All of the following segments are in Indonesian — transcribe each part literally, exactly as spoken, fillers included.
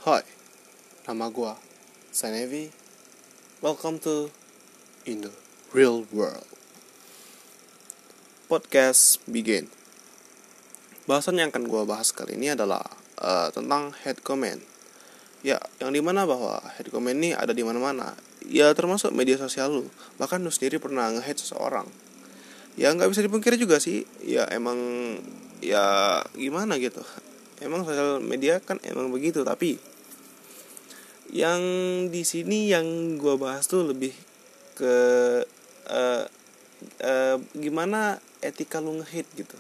Hai, nama gua Sanevi. Welcome to In the Real World. Podcast begin. Bahasan yang akan gua bahas kali ini adalah uh, tentang hate comment. Ya, yang dimana bahwa hate comment ini ada di mana-mana. Ya, termasuk media sosial lu. Bahkan lu sendiri pernah nge-hate seseorang. Ya, nggak bisa dipungkiri juga sih. Ya, emang ya gimana gitu. Emang sosial media kan emang begitu, tapi yang di sini yang gue bahas tuh lebih ke uh, uh, gimana etika lu nge-hate gitu.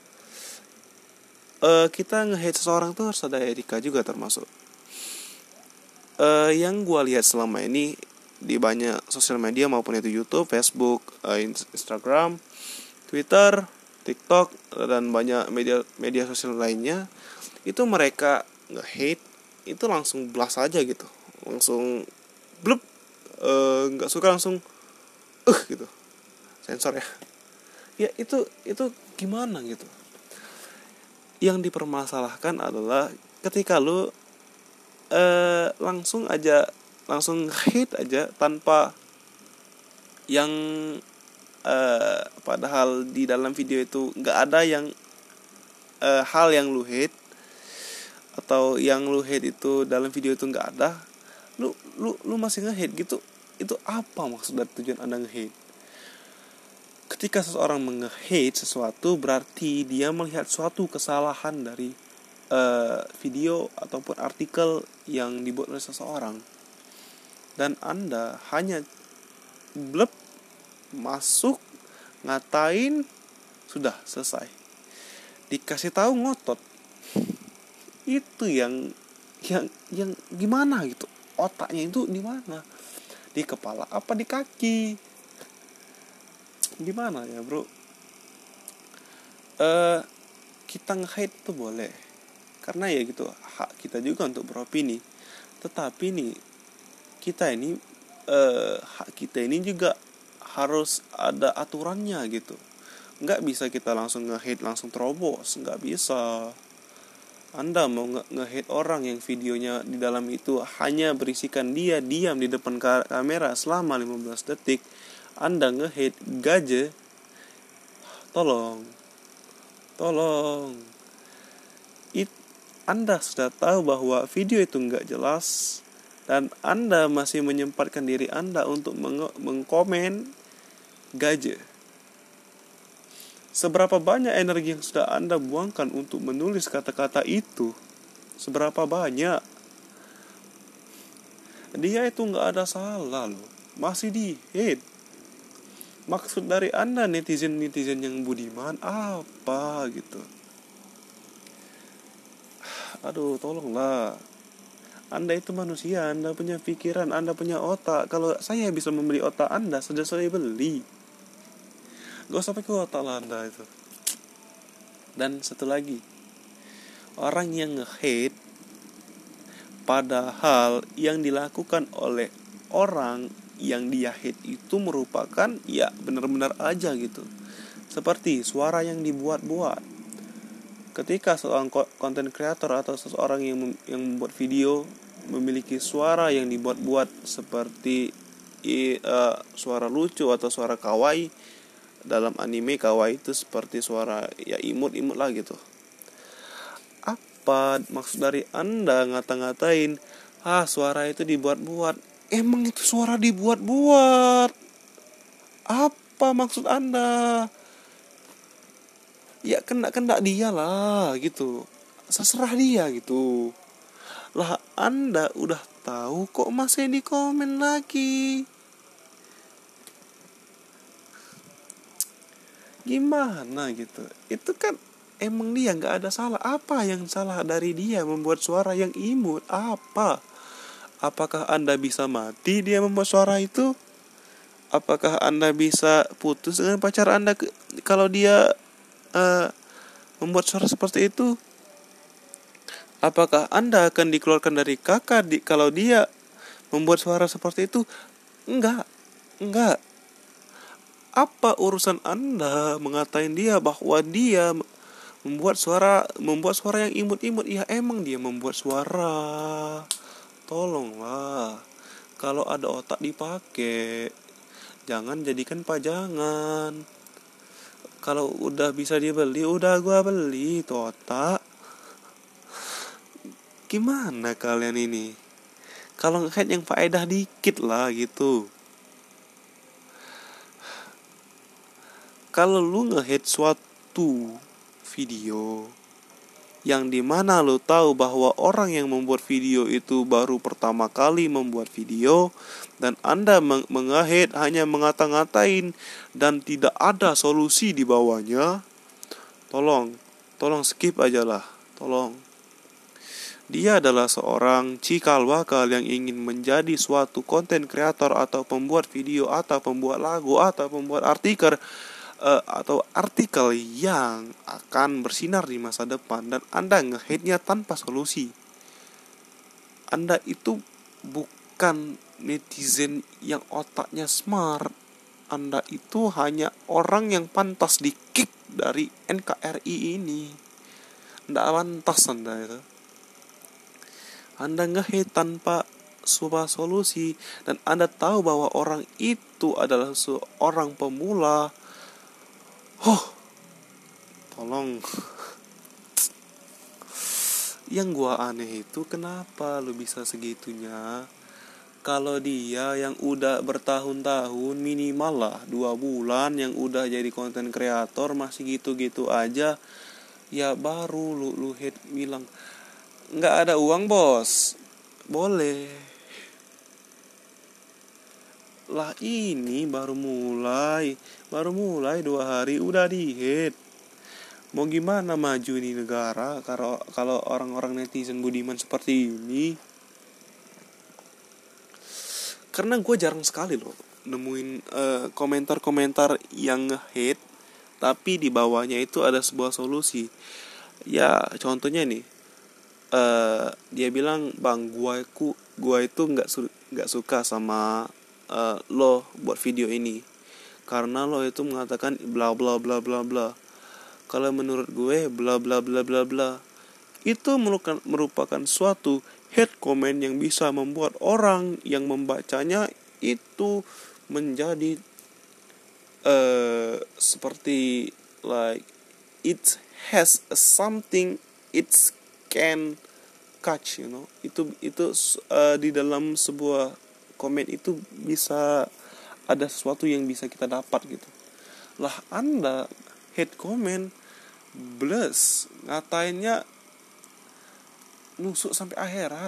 Uh, kita nge-hate seseorang tuh harus ada etika juga termasuk. Uh, yang gue lihat selama ini di banyak sosial media maupun itu YouTube, Facebook, uh, Instagram, Twitter, TikTok dan banyak media media sosial lainnya, itu mereka nge-hate itu langsung blast aja gitu, langsung blub, nggak uh, suka langsung uh gitu, sensor ya. Ya itu itu gimana gitu. Yang dipermasalahkan adalah ketika lu uh, langsung aja langsung hate aja tanpa yang uh, padahal di dalam video itu nggak ada yang uh, hal yang lu hate, atau yang lu hate itu dalam video itu nggak ada, lu lu lu masih nge-hate gitu. Itu apa maksud dan tujuan Anda nge-hate? Ketika seseorang nge-hate sesuatu, berarti dia melihat suatu kesalahan dari uh, video ataupun artikel yang dibuat oleh seseorang, dan Anda hanya blep masuk ngatain, sudah selesai. Dikasih tahu ngotot. Itu yang yang yang gimana gitu, otaknya itu di mana, di kepala apa di kaki, gimana ya bro? Uh, kita nge-hate tuh boleh, karena ya gitu hak kita juga untuk beropini. Tetapi nih kita ini uh, hak kita ini juga harus ada aturannya gitu. Nggak bisa kita langsung nge-hate langsung terobos, nggak bisa. Anda mau nge-hate orang yang videonya di dalam itu hanya berisikan dia diam di depan kamera selama lima belas detik, Anda nge-hate gaje, tolong, tolong. It, Anda sudah tahu bahwa video itu nggak jelas, dan Anda masih menyempatkan diri Anda untuk meng- mengkomen gaje. Seberapa banyak energi yang sudah Anda buangkan untuk menulis kata-kata itu? Seberapa banyak? Dia itu gak ada salah loh, masih di hate. Maksud dari Anda netizen-netizen yang budiman apa gitu? Aduh, tolonglah. Anda itu manusia, Anda punya pikiran, Anda punya otak. Kalau saya bisa membeli otak Anda, sudah saya beli. Gak usah pakai otak lah Anda itu. Dan satu lagi, orang yang nge-hate padahal yang dilakukan oleh orang yang dia hate itu merupakan ya benar-benar aja gitu, seperti suara yang dibuat-buat. Ketika seorang content creator atau seseorang yang mem- yang membuat video memiliki suara yang dibuat-buat seperti uh, suara lucu atau suara kawaii. Dalam anime kawaii itu seperti suara ya imut-imut lah gitu. Apa maksud dari Anda ngata-ngatain, ah suara itu dibuat-buat? Emang itu suara dibuat-buat? Apa maksud Anda? Ya kena-kena dia lah gitu, seserah dia gitu. Lah Anda udah tahu kok masih di komen lagi? Gimana gitu? Itu kan emang dia gak ada salah. Apa yang salah dari dia membuat suara yang imut? Apa? Apakah Anda bisa mati dia membuat suara itu? Apakah Anda bisa putus dengan pacar Anda ke- kalau dia uh, membuat suara seperti itu? Apakah Anda akan dikeluarkan dari kakak di- kalau dia membuat suara seperti itu? Enggak. Enggak. Apa urusan Anda mengatain dia bahwa dia Membuat suara membuat suara yang imut-imut. Ya emang dia membuat suara. Tolonglah. Kalau ada otak dipakai. Jangan jadikan pajangan. Kalau udah bisa dibeli, udah gua beli itu otak. Gimana kalian ini? Kalau nge-hate yang faedah dikit lah gitu. Kalau lu nge-hate suatu video yang dimana lu tahu bahwa orang yang membuat video itu baru pertama kali membuat video, dan Anda meng- nge-hate hanya mengata-ngatain dan tidak ada solusi di bawahnya, tolong, tolong skip aja lah, tolong. Dia adalah seorang cikal bakal yang ingin menjadi suatu konten kreator atau pembuat video atau pembuat lagu atau pembuat artikel uh, atau artikel yang akan bersinar di masa depan, dan Anda nge-hate-nya tanpa solusi. Anda itu bukan netizen yang otaknya smart. Anda itu hanya orang yang pantas di-kick dari N K R I ini. Nggak pantas Anda itu. Anda nge-hate tanpa sebuah solusi, dan Anda tahu bahwa orang itu adalah seorang pemula. Oh, tolong. Yang gua aneh itu kenapa lu bisa segitunya? Kalau dia yang udah bertahun-tahun, minimal lah dua bulan, yang udah jadi konten kreator masih gitu-gitu aja, ya baru lu lu hate bilang nggak ada uang bos, boleh lah. Ini baru mulai baru mulai dua hari udah di hate. Mau gimana maju ini negara kalau kalau orang-orang netizen budiman seperti ini? Karena gue jarang sekali loh nemuin uh, komentar-komentar yang hate tapi di bawahnya itu ada sebuah solusi. Ya contohnya nih, Uh, dia bilang, bang, gua ku gua itu nggak su- nggak suka sama uh, lo buat video ini karena lo itu mengatakan bla bla bla bla bla. Kalau menurut gue bla bla bla bla bla itu merupakan merupakan suatu hate comment yang bisa membuat orang yang membacanya itu menjadi uh, seperti like it has a something it's can catch, you know, itu itu uh, di dalam sebuah komen itu bisa ada sesuatu yang bisa kita dapat gitu. Lah Anda hate comment bless, ngatainnya nusuk sampai akhirat.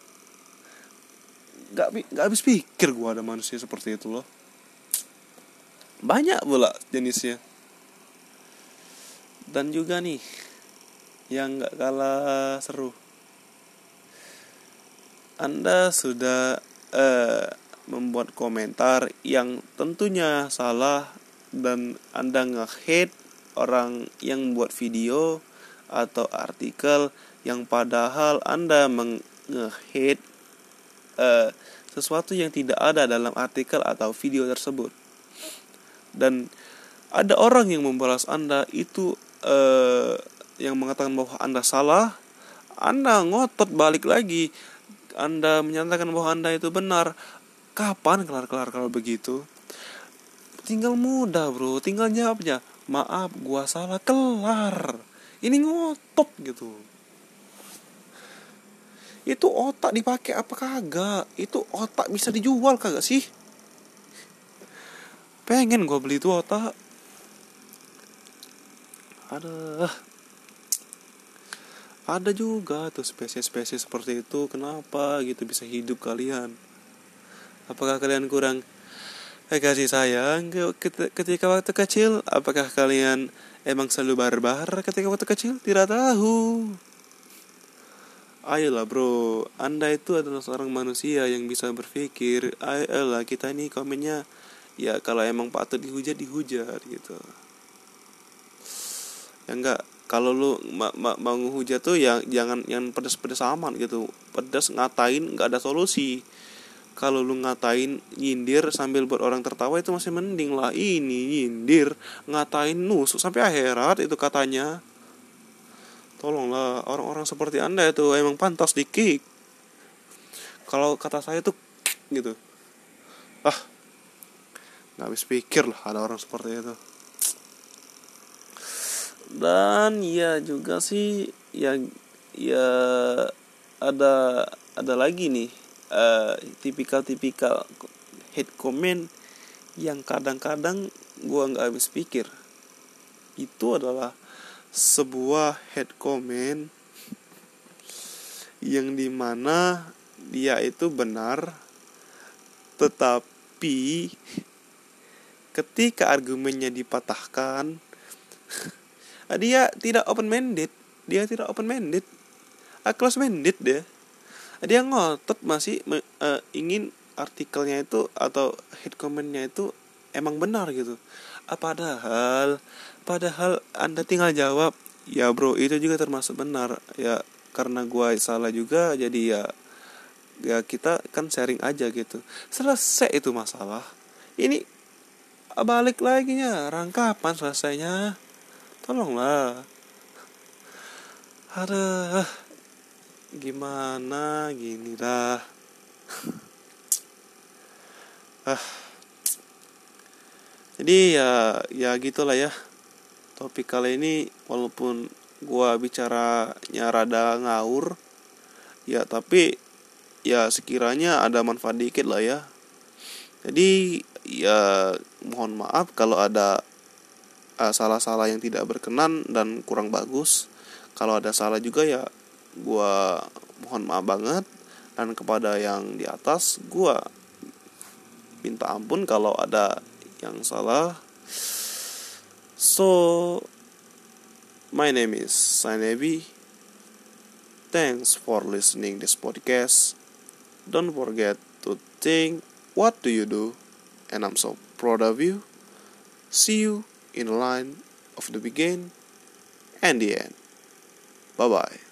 Gak, gak habis pikir gua ada manusia seperti itu loh. Banyak pula jenisnya. Dan juga nih yang gak kalah seru, Anda sudah uh, membuat komentar yang tentunya salah, dan Anda nge-hate orang yang buat video atau artikel yang padahal Anda nge-hate uh, sesuatu yang tidak ada dalam artikel atau video tersebut. Dan ada orang yang membalas Anda itu uh, yang mengatakan bahwa Anda salah. Anda ngotot balik lagi, Anda menyatakan bahwa Anda itu benar. Kapan kelar-kelar kalau begitu? Tinggal mudah bro, tinggal jawab aja, maaf gua salah, kelar. Ini ngotot gitu. Itu otak dipakai apa kagak? Itu otak bisa dijual kagak sih? Pengen gua beli itu otak. Aduh. Ada juga tuh spesies-spesies seperti itu. Kenapa gitu bisa hidup kalian? Apakah kalian kurang eh, kasih sayang ketika waktu kecil? Apakah kalian emang selalu barbar ketika waktu kecil? Tidak tahu. Ayolah bro, Anda itu adalah seorang manusia yang bisa berpikir. Ayolah, kita ini komennya ya kalau emang patut dihujat, dihujat gitu. Ya enggak, kalau lu ma- ma- mau ngehujat tuh ya jangan yang pedas-pedas amat gitu. Pedas ngatain enggak ada solusi. Kalau lu ngatain nyindir sambil buat orang tertawa itu masih mending lah. Ini nyindir, ngatain nusuk sampai akhirat itu katanya. Tolonglah, orang-orang seperti Anda itu emang pantas di kick. Kalau kata saya tuh gitu. Ah, nggak habis pikir lah ada orang seperti itu. Dan ya juga sih, ya ya ada ada lagi nih, uh, tipikal-tipikal hate comment yang kadang-kadang gua nggak habis pikir. Itu adalah sebuah hate comment yang dimana dia itu benar, tetapi ketika argumennya dipatahkan, dia tidak open minded, dia tidak open minded, ah, close minded dia. Dia ngotot masih uh, ingin artikelnya itu atau hate commentnya itu emang benar gitu. Ah, padahal, padahal Anda tinggal jawab, ya bro itu juga termasuk benar. Ya karena gua salah juga, jadi ya ya kita kan sharing aja gitu. Selesai itu masalah. Ini balik lagi nya, rangkapan selesainya. Tolonglah. Aduh, gimana gini dah. ah. Jadi ya ya gitulah ya. Topik kali ini walaupun gua bicaranya rada ngawur, ya tapi ya sekiranya ada manfaat dikit lah ya. Jadi ya mohon maaf kalau ada uh, salah-salah yang tidak berkenan dan kurang bagus. Kalau ada salah juga ya gua mohon maaf banget. Dan kepada yang di atas gua minta ampun kalau ada yang salah. So my name is Sanevi. Thanks for listening this podcast. Don't forget to think what do you do, and I'm so proud of you. See you in the line of the beginning and the end. Bye bye.